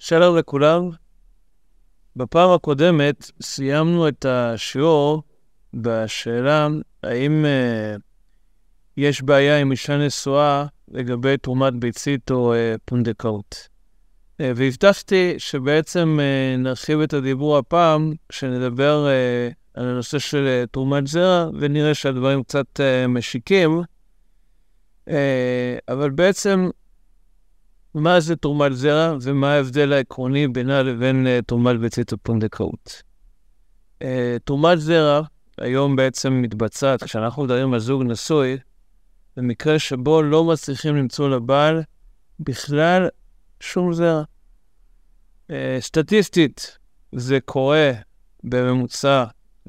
שלום לכולם. בפעם הקודמת סיימנו את השיעור בשאלה האם יש בעיה עם אישה נשואה לגבי תרומת ביצית או פונדקאות. והבטחתי שבעצם נרחיב את הדיבור הפעם כשנדבר על הנושא של תרומת זרע, ונראה שהדברים קצת משיקים. אבל בעצם מה זה תרומת זרע ומה ההבדל העקרוני בינה לבין תרומת ביצית ופונדקאות. תרומת זרע היום בעצם מתבצעת כשאנחנו מדברים על זוג נשוי, במקרה שבו לא מצליחים למצוא לבעל בכלל שום זרע. סטטיסטית זה קורה בממוצע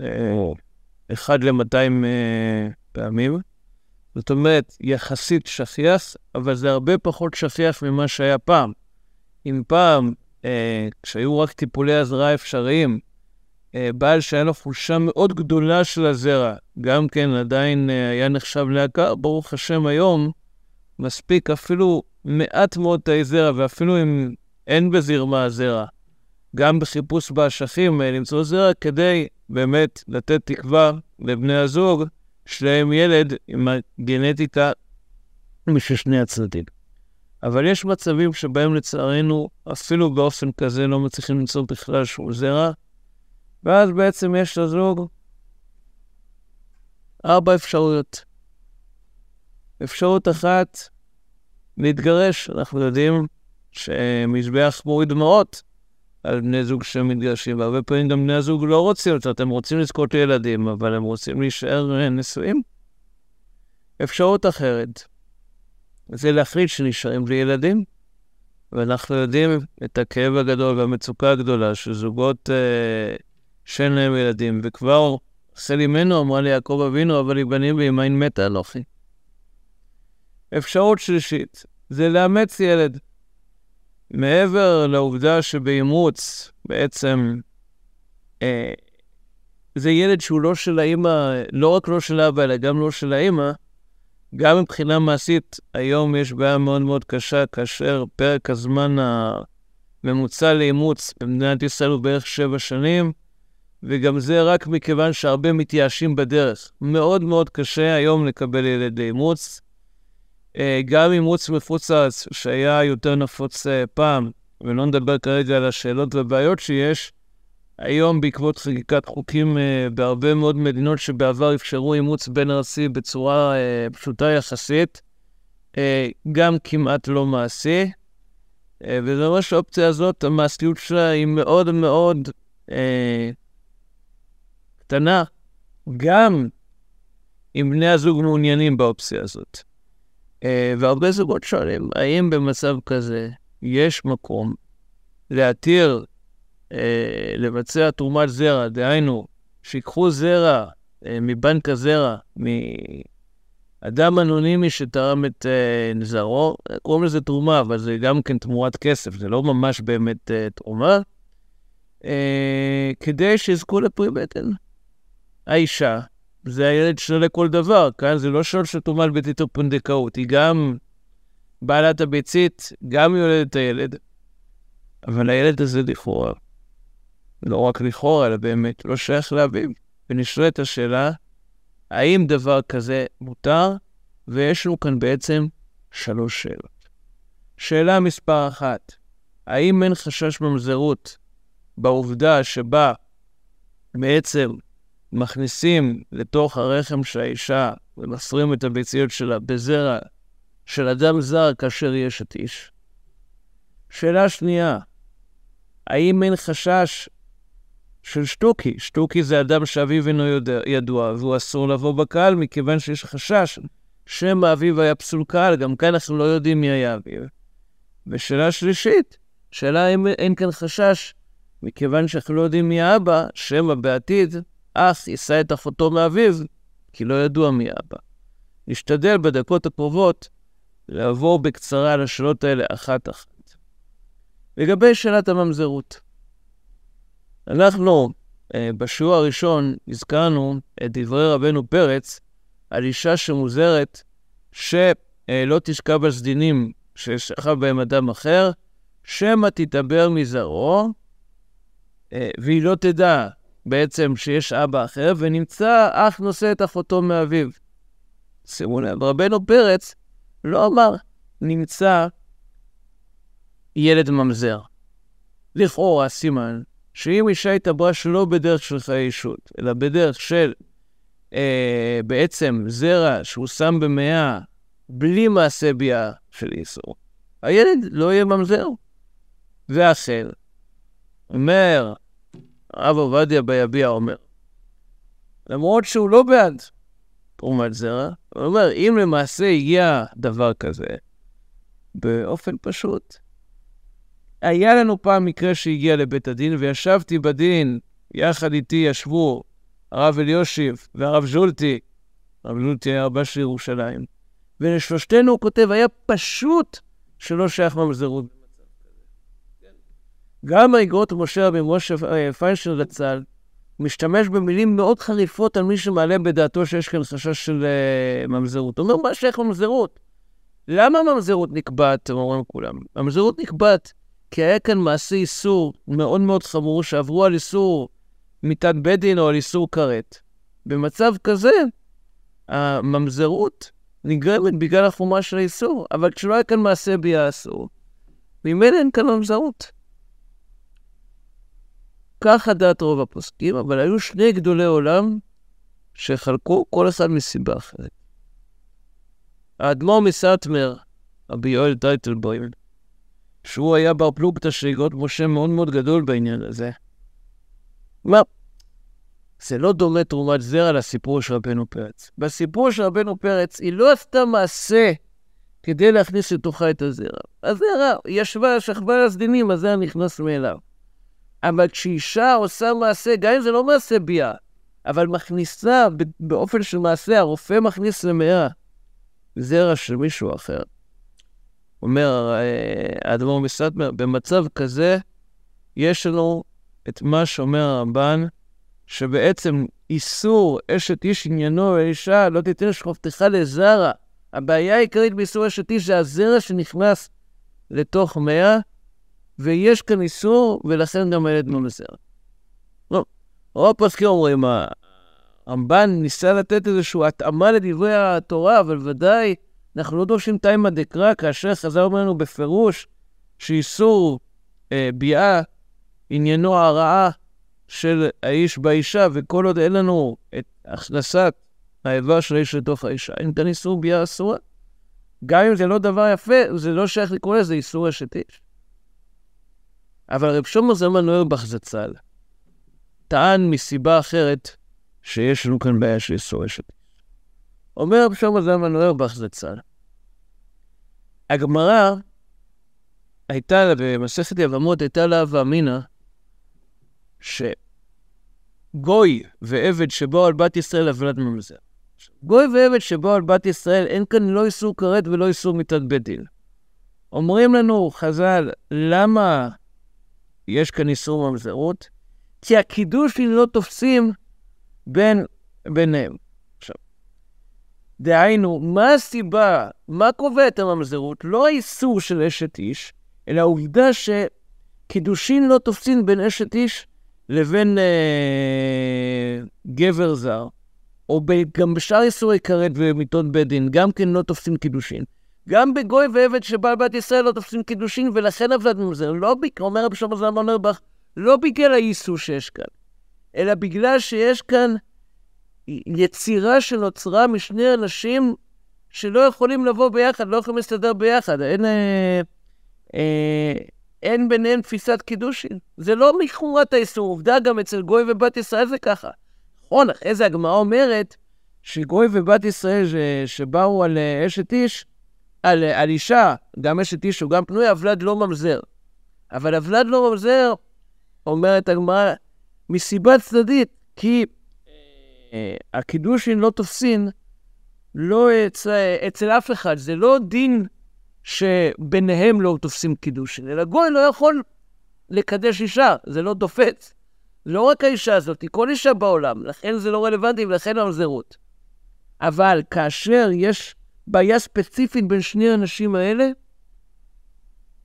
1 ל-200 פעמים. זאת אומרת, יחסית שכיח, אבל זה הרבה פחות שכיח ממה שהיה פעם. אם פעם, כשהיו רק טיפולי הזרעה אפשריים, בעל שהיה לו חולשה מאוד גדולה של הזרע, גם כן עדיין היה נחשב להכר, ברוך השם היום, מספיק אפילו מעט מאוד תאי זרע, ואפילו אם אין בזרמה הזרע, גם בחיפוש באשכים למצוא זרע, כדי באמת לתת תקווה לבני הזוג, שלהם ילד עם הגנטיקה מששני הצדדים. אבל יש מצבים שבהם לצערנו אפילו באופן כזה לא מצליחים למצוא בכלל שום זרע, ואז בעצם יש לזוג 4 אפשרויות. אפשרות אחת, להתגרש. אנחנו יודעים שמזבח מוריד דמעות על בני זוג שמתגרשים, והרבה פעמים גם בני הזוג לא רוצים אותם, הם רוצים לזכות לילדים, אבל הם רוצים להישאר נשואים. אפשרות אחרת, זה להחליט שנשארים בלי ילדים, ואנחנו יודעים את הכאב הגדול והמצוקה הגדולה של זוגות שאין להם ילדים, וכבר חל אימנו אמרה לי יעקב אבינו, אבל יבנים בימין מתה אנוכי. אפשרות שלישית, זה לאמץ ילד. מעבר לעובדה שבאימוץ בעצם זה ילד שהוא לא של האמא, לא רק לא של האבא, אלא גם לא של האמא, גם מבחינה מעשית היום יש בעיה מאוד מאוד קשה, כאשר פרק הזמן הממוצע לאימוץ במדינת ישראל הוא בערך 7 שנים, וגם זה רק מכיוון שהרבה מתייאשים בדרך. מאוד מאוד קשה היום לקבל ילד לאימוץ. גם אימוץ מפוצץ שהיה יותר נפוץ פעם, ולא נדבר כרגע על השאלות והבעיות שיש, היום בעקבות חקיקת חוקים בהרבה מאוד מדינות שבעבר אפשרו אימוץ בין ארצי בצורה פשוטה יחסית, גם כמעט לא מעשי, וזה אומר שהאופציה הזאת, המעשיות שלה היא מאוד מאוד קטנה, גם אם בני הזוג מעוניינים באופציה הזאת. והרבה זוגות שואלים, האם במצב כזה יש מקום להתיר לבצע תרומת זרע, דהיינו, שיקחו זרע מבנק הזרע, מאדם אנונימי שתרם את זרעו, קוראים לזה תרומה, אבל זה גם כן תמורת כסף, זה לא ממש באמת תרומה, כדי שיזכו לפרי בטן. האישה, זה הילד שלה לכל דבר, כאן זה לא שואל של תרומת ביצית או פונדקאות, היא גם בעלת הביצית, גם יולדת הילד, אבל הילד הזה לכאורה, לא רק לכאורה, אלא באמת לא שייך לאביו, ונשאלת השאלה, האם דבר כזה מותר, ויש לנו כאן בעצם 3 שאלות. שאלה מספר 1, האם אין חשש ממזרות בעובדה שבה בעצם מכניסים לתוך הרחם של האישה ומסרים את הביציות שלה בזרע של אדם זר כאשר יש את איש? שאלה שנייה, האם אין חשש של שטוקי? שטוקי זה אדם שאביו אינו ידוע, והוא אסור לבוא בקהל מכיוון שיש חשש שם האביו היה פסול קהל, גם כאן אנחנו לא יודעים מי היה אביו. ושאלה שלישית, שאלה האם אין כאן חשש מכיוון שאנחנו לא יודעים מי האבא, שמא בעתיד אח יישא את אחותו מאביו, כי לא ידוע מי האבא. נשתדל בדקות הקרובות לעבור בקצרה על השאלות האלה אחת-אחת. לגבי שאלת הממזרות, אנחנו בשיעור הראשון הזכרנו את דברי רבנו פרץ על אישה שמוזרת שלא תשקע בסדינים ששכב בהם אדם אחר, שמא תתעבר מזרעו, והיא לא תדע בעצם שיש אבא אחר, ונמצא אח נושא את אחותו מאביו. שימו לב, רבנו פרץ לא אמר, נמצא ילד ממזר. לכאורה סימן, שאם אישה התעברה שלא בדרך של חיי אישות, אלא בדרך של בעצם זרע שהוא שם במאה, בלי מעשה ביאה של איסור, הילד לא יהיה ממזר. ואחר, אומר, הרב עובדיה ביביע אומר, למרות שהוא לא בעד תרומת זרע, הוא אומר, אם למעשה הגיע דבר כזה, באופן פשוט, היה לנו פעם מקרה שהגיע לבית הדין, וישבתי בדין, יחד איתי ישבו הרב אליושיב והרב ז'ולטי, הרב ז'ולטי היה רבה של ירושלים, ולשלושתנו הוא כותב, היה פשוט שלא שייך ממזרות במצב כזה. גם האגרות משה רבי משה פיינשטיין זצ"ל, משתמש במילים מאוד חריפות על מי שמעלה בדעתו שיש כאן חשש של ממזרות. הוא אומר, מה שייך ממזרות? למה ממזרות נקבעת? אומרים כולם. ממזרות נקבעת כי היה כאן מעשה איסור מאוד מאוד חמור, שעברו על איסור מיתת בית דין או על איסור כרת. במצב כזה, הממזרות נגרמת בגלל החומה של האיסור, אבל כשלא היה כאן מעשה ביאה אסור, ממילא אין כאן ממזרות. ככה דעת רוב הפוסקים, אבל היו שני גדולי עולם שחלקו כל אחד מסיבה אחרת. האדמו"ר מסאטמר, רבי יואל טייטלבוים, שהוא היה בר פלוגתא של אגרות משה מאוד מאוד גדול בעניין הזה. מה? זה לא דומה תרומת זרע לסיפור של רבנו פרץ. בסיפור של רבנו פרץ, היא לא עשתה מעשה כדי להכניס לתוכה את הזרע. הזרע ישבה, שכבה על הסדינים, הזרע נכנס מאליו. אבל כשאישה עושה מעשה, גם אם זה לא מעשה ביאה, אבל מכניסה באופן של מעשה, הרופא מכניס למאה זרע של מישהו אחר. אומר האדמו"ר מסאטמר, במצב כזה יש לנו את מה שאומר הרמב"ן, שבעצם איסור אשת איש עניינו לאישה, לא תיתן שכבתך לזרע. הבעיה העיקרית באיסור אשת איש זה הזרע שנכנס לתוך מאה, ויש כאן איסור, ולכן גם הילד ממזר. לא, רוב הפוסקים אומרים, הרמב"ן ניסה לתת איזושהי התאמה לדברי התורה, אבל ודאי אנחנו לא דורשים תימא דקרא, כאשר חז"ל אומר לנו בפירוש שאיסור ביאה עניינו הרעה של האיש באישה, וכל עוד אין לנו את הכנסת האיבר של האיש לתוך האישה, אין כאן איסור ביאה אסורה. גם אם זה לא דבר יפה, זה לא שייך לקרוא לזה איסור אשת איש. אבל רב שלמה זלמן אוירבך זצ"ל טען מסיבה אחרת שיש לנו כאן בעיה של איסור אשת איש. אומר רב שלמה זלמן אוירבך זצ"ל, הגמרא הייתה לה, במסכת יבמות הייתה לה ואמינא, שגוי ועבד שבאו על בת ישראל הבלת ממזר. גוי ועבד שבאו על בת ישראל, אין כאן לא איסור כרת ולא איסור מיתת בית דין. אומרים לנו חז"ל, למה יש כאן איסור ממזרות? כי הקידושין לא תופסים ביניהם. עכשיו, דהיינו, מה הסיבה, מה קובע את הממזרות? לא האיסור של אשת איש, אלא העובדה שקידושין לא תופסים בין אשת איש לבין גבר זר, או גם בשאר איסורי כרת ומיתות בית דין, גם כן לא תופסים קידושין. גם בגוי ועבד שבא בת ישראל לא תופסים קידושין, ולכן הבלת ממזר. לא בגלל, אומר רב שלמה זלמן אוירבך, לא בגלל האיסור שיש כאן, אלא בגלל שיש כאן יצירה שנוצרה משני אנשים שלא יכולים לבוא ביחד, לא יכולים להסתדר ביחד. אין ביניהם תפיסת קידושין. זה לא מחומרת האיסור. עובדה גם אצל גוי ובת ישראל זה ככה. נכון, אחרי זה הגמרא אומרת שגוי ובת ישראל שבאו על אשת איש, על אישה, גם אשת איש או גם פנוי, הבלד לא ממזר. אבל הבלד לא ממזר, אומרת הגמרא, מסיבה צדדית, כי הקידושין לא תופסין, לא אצל אף אחד. זה לא דין שביניהם לא תופסים קידושין, אלא גוי לא יכול לקדש אישה, זה לא תופץ. לא רק האישה הזאת, היא כל אישה בעולם, לכן זה לא רלוונטי ולכן הממזרות. אבל כאשר יש בעיה ספציפית בין שני האנשים האלה,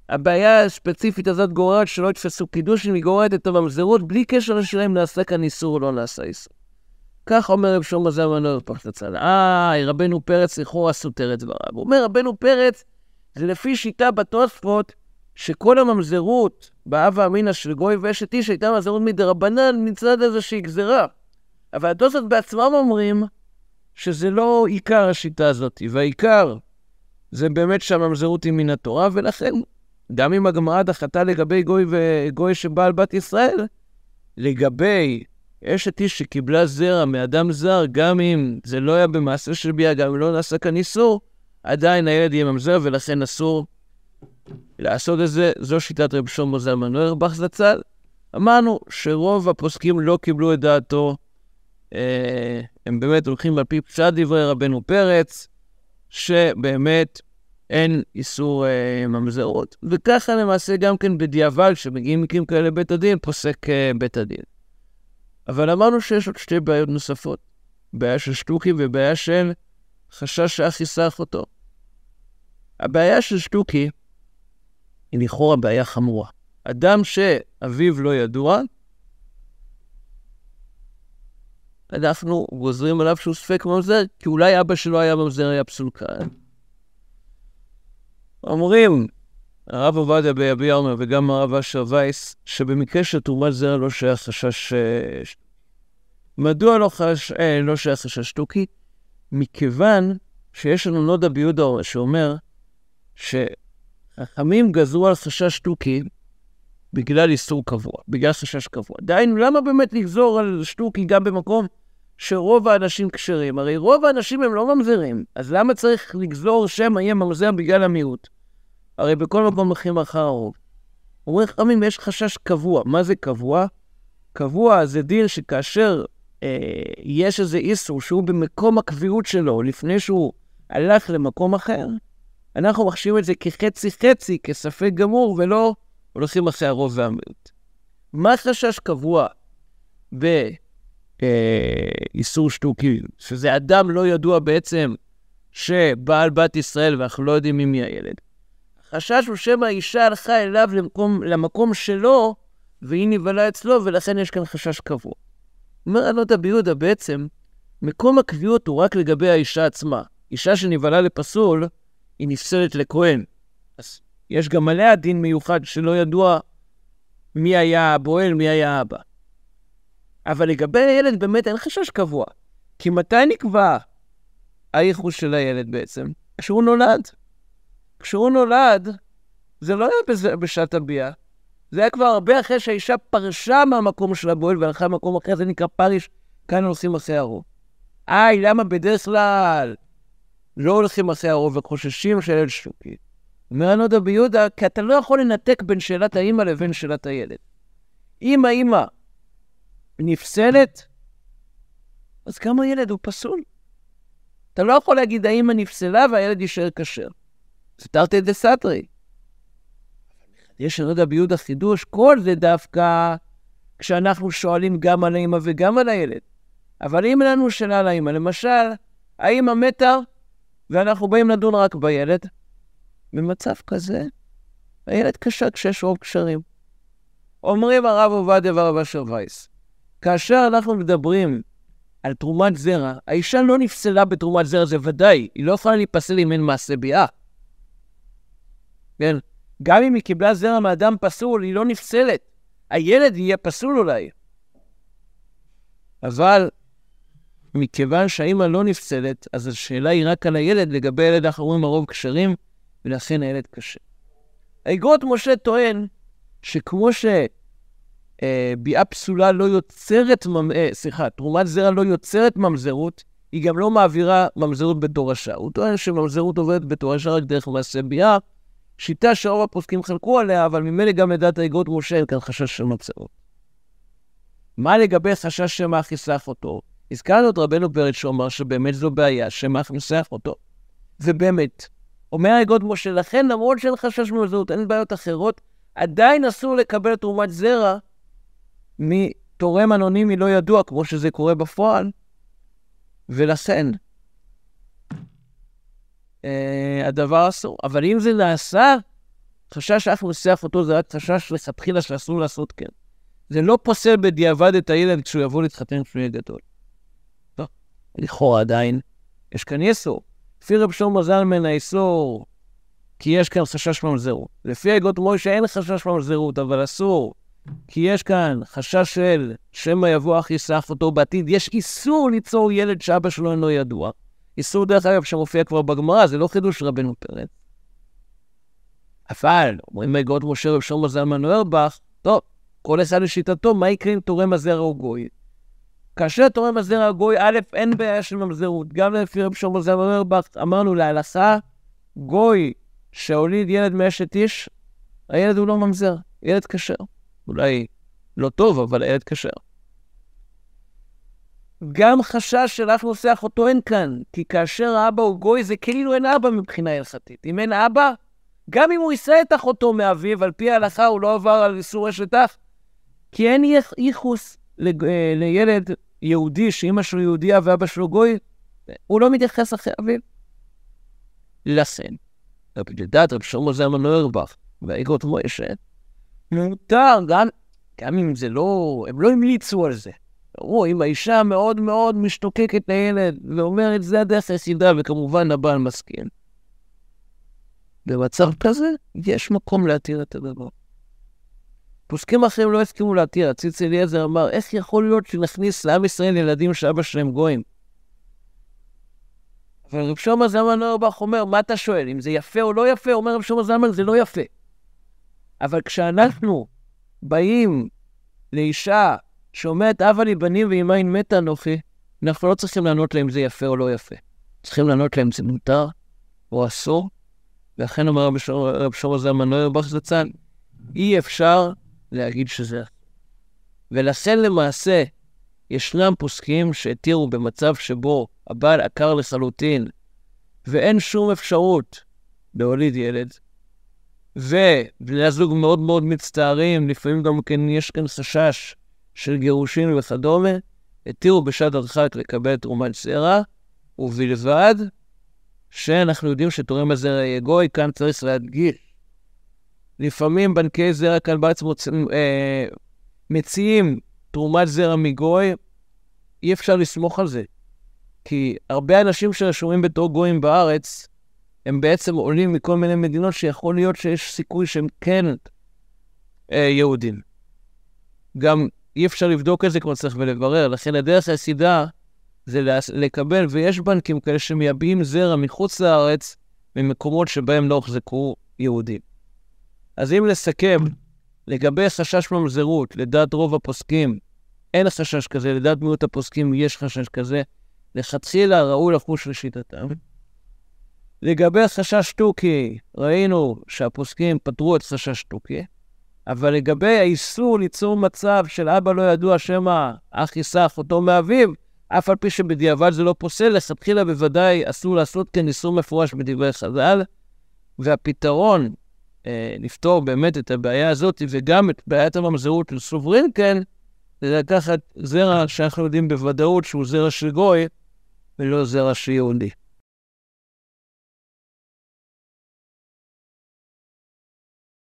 הבעיה הספציפית הזאת גוררת שלא יתפסו קידושין, היא גוררת את הממזרות בלי קשר לשאלה אם נעשה כאן איסור או לא נעשה איסור. כך אומר רב שלמה זלמן אוירבך זצ"ל. רבנו פרץ לכאורה סותר את דבריו. הוא אומר, רבנו פרץ, זה לפי שיטה בתוספות, שכל הממזרות באב האמינא של גוי ואשת איש הייתה ממזרות מדרבנן מצד איזושהי גזרה. אבל התוספות בעצמם אומרים שזה לא עיקר השיטה הזאת, והעיקר זה באמת שהממזרות היא מן התורה, ולכן גם אם הגמרא דחתה לגבי גוי שבעל בת ישראל, לגבי אשת איש שקיבלה זרע מאדם זר, גם אם זה לא היה במעשה של ביאה, גם אם לא נעשה כאן איסור, עדיין הילד יהיה ממזר, ולכן אסור לעשות את זה. זו שיטת רב שלמה זלמן אוירבך זצ"ל. אמרנו שרוב הפוסקים לא קיבלו את דעתו, הם באמת הולכים על פי פשט דברי רבנו פרץ, שבאמת אין איסור ממזרות, וככה למעשה גם כן בדיעבד, כשמגיעים מקרים כאלה לבית הדין, פוסק בית הדין. אבל אמרנו שיש עוד שתי בעיות נוספות, בעיה של שטוקי ובעיה של חשש שאח יישא אחותו. הבעיה של שטוקי היא לכאורה בעיה חמורה. אדם שאביו לא ידוע, אנחנו גוזרים עליו שהוא ספק ממזר, כי אולי אבא שלו היה ממזר, היה פסול כאן. אומרים, הרב עובדיה ביביע אומר, וגם הרב אשר וייס, שבמקרה של תרומת זרע לא שייך חשש... מדוע לא שייך חשש שטוקי? מכיוון שיש לנו נודע ביהודה שאומר שחכמים גזרו על חשש שטוקי בגלל איסור קבוע, בגלל חשש קבוע. דהיינו, למה באמת לגזור על שטוקי גם במקום שרוב האנשים כשרים? הרי רוב האנשים הם לא ממזרים, אז למה צריך לגזור שמא יהיה ממזר בגלל המיעוט? הרי בכל מקום הולכים אחר הרוב. אומרים חכמים, יש חשש קבוע. מה זה קבוע? קבוע זה דין שכאשר יש איזה איסור שהוא במקום הקביעות שלו, לפני שהוא הלך למקום אחר, אנחנו מחשיבים את זה כחצי-חצי, כספק גמור, ולא הולכים אחרי הרוב והמיעוט. מה חשש קבוע באיסור שטוקי? שזה אדם לא ידוע בעצם שבעל בת ישראל, ואנחנו לא יודעים מי הילד. החשש הוא שמא האישה הלכה אליו למקום שלו, והיא נבלה אצלו, ולכן יש כאן חשש קבוע. אומר הנודע ביהודה בעצם, מקום הקביעות הוא רק לגבי האישה עצמה. אישה שנבלה לפסול, היא נפסלת לכהן. אז יש גם עליה דין מיוחד שלא ידוע מי היה הבועל, מי היה האבא. אבל לגבי הילד באמת אין חשש קבוע. כי מתי נקבע הייחוס של הילד בעצם? כשהוא נולד. כשהוא נולד, זה לא היה בשעת הביאה. זה היה כבר הרבה אחרי שהאישה פרשה מהמקום של הבועל והלכה למקום אחר, זה נקרא פריש, כאן הולכים אחרי הרוב. למה בדרך כלל לא הולכים אחרי הרוב וחוששים שהילד שטוקי? אומר הנודע ביהודה, כי אתה לא יכול לנתק בין שאלת האמא לבין שאלת הילד. אם האמא נפסלת, אז גם הילד הוא פסול. אתה לא יכול להגיד האמא נפסלה והילד יישאר כשר. זה תרתי דסתרי. יש הנודע ביהודה חידוש, כל זה דווקא כשאנחנו שואלים גם על האמא וגם על הילד. אבל אם לנו שאלה על האמא, למשל, האמא מתה ואנחנו באים לדון רק בילד, במצב כזה, הילד קשר כשיש רוב קשרים. אומרים הרב עובדיה והרב אשר וייס, כאשר אנחנו מדברים על תרומת זרע, האישה לא נפסלה בתרומת זרע, זה ודאי, היא לא יכולה להיפסל אם אין מעשה ביאה. כן? גם אם היא קיבלה זרע מאדם פסול, היא לא נפסלת. הילד יהיה פסול אולי. אבל מכיוון שהאמא לא נפסלת, אז השאלה היא רק על הילד, לגבי הילד האחרונים הרוב קשרים, ולכן הילד קשה. האגרות משה טוען שכמו שביאה פסולה לא יוצרת, תרומת זרע לא יוצרת ממזרות, היא גם לא מעבירה ממזרות בתורשה. הוא טוען שממזרות עובדת בתורשה רק דרך מעשה ביאה, שיטה שרוב הפוסקים חלקו עליה, אבל ממילא גם לדעת האגרות משה אין כאן חשש של ממזרות. מה לגבי חשש שמח יישא אותו? הזכרנו את רבנו פרץ שאומר שבאמת זו בעיה, שמח יישא אותו. ובאמת, אומר האגרות משה, לכן למרות שאין חשש ממזרות, אין בעיות אחרות, עדיין אסור לקבל תרומת זרע מתורם אנונימי לא ידוע, כמו שזה קורה בפועל, ולכן הדבר אסור. אבל אם זה נעשה חשש שאף מסיח אותו זה רק חשש לכתחילה שאסור לעשות כן. זה לא פוסל בדיעבד את הילד כשהוא יבוא להתחתן כשהוא יהיה גדול. טוב, לכאורה עדיין, יש כאן יסור. לפי רב שלמה זלמן האיסור, כי יש כאן חשש ממזרות. לפי אגרות מוישה אין חשש ממזרות, אבל אסור. כי יש כאן חשש של שמא יבוא אח יסח אותו בעתיד. יש איסור ליצור ילד שאבא שלו אינו ידוע. איסור דרך אגב שמופיע כבר בגמרא, זה לא חידוש רבנו פרץ. אבל, אומרים אגרות משה רב שלמה זלמן אוירבך, טוב, כל אחד לשיטתו, מה יקרה אם תורם הזרע או גוי? כאשר תורם הזרע או גוי, א', אין בעיה של ממזרות. גם לפי רב שלמה זלמן אוירבך, אמרנו להלכה, גוי שהוליד ילד מאשת איש, הילד הוא לא ממזר, ילד כשר. אולי לא טוב, אבל הילד כשר. גם חשש של אף נוסח אותו אין כאן, כי כאשר האבא הוא גוי, זה כאילו אין אבא מבחינה הלכתית. אם אין אבא, גם אם הוא יישא את אחותו מאביו, על פי ההלכה הוא לא עבר על איסור אשת אח, כי אין ייחוס לילד יהודי, שאמא שלו יהודיה ואבא שלו גוי, הוא לא מתייחס אחרי אביו. לכן, לדעת רב שלמה זלמן אוירבך, והאגרות מוישה, מותר, גם אם זה לא, הם לא המליצו על זה. אם האישה מאוד מאוד משתוקקת לילד, ואומרת, זה הדרך היחידה, וכמובן הבעל מסכים. במצב כזה, יש מקום להתיר את הדבר. פוסקים אחרים לא הסכימו להתיר. הציץ אליעזר אמר, איך יכול להיות שנכניס לעם ישראל ילדים שאבא שלהם גויים? אבל רב שלמה זלמן אוירבך אומר, מה אתה שואל? אם זה יפה או לא יפה? אומר רב שלמה זלמן, זה לא יפה. אבל כשאנחנו באים לאישה שאומרת, אבא לי בנים ואמא אין מתה אנוכי, אנחנו לא צריכים לענות להם אם זה יפה או לא יפה. צריכים לענות להם זה מותר או אסור. ואכן אומר רב שלמה זלמן אוירבך זצ"ל, אי אפשר להגיד שזה. ולכן למעשה ישנם פוסקים שהתירו במצב שבו הבעל עקר לחלוטין ואין שום אפשרות להוליד ילד, ובני הזוג מאוד מאוד מצטערים, לפעמים גם כן יש כאן חשש של גירושין וכדומה, התירו בשעת הדחק לקבל תרומת זרע, ובלבד שאנחנו יודעים שתורם הזרע יהיה גוי. כאן צריך להדגיש. לפעמים בנקי זרע כאן בארץ מציעים תרומת זרע מגוי, אי אפשר לסמוך על זה. כי הרבה אנשים שרשומים בתור גויים בארץ, הם בעצם עולים מכל מיני מדינות שיכול להיות שיש סיכוי שהם כן יהודים. גם אי אפשר לבדוק את זה כמו צריך ולברר, לכן הדרך היחידה זה לקבל, ויש בנקים כאלה שמייבאים זרע מחוץ לארץ, ממקומות שבהם לא הוחזקו יהודים. אז אם לסכם, לגבי חשש ממזרות, לדעת רוב הפוסקים, אין חשש כזה, לדעת מיעוט הפוסקים יש חשש כזה, לכתחילה ראוי לחוש לשיטתם. לגבי חשש תוכי, ראינו שהפוסקים פתרו את חשש תוכי, אבל לגבי האיסור ליצור מצב של אבא לא ידוע שמא אח יסח אותו מאביו, אף על פי שבדיעבד זה לא פוסל, לכתחילה בוודאי אסור לעשות כן איסור מפורש בדברי חז"ל, והפתרון לפתור באמת את הבעיה הזאת, וגם את בעיית הממזרות לסוברין כן, זה לקחת זרע שאנחנו יודעים בוודאות שהוא זרע של גוי, ולא זרע של יהודי.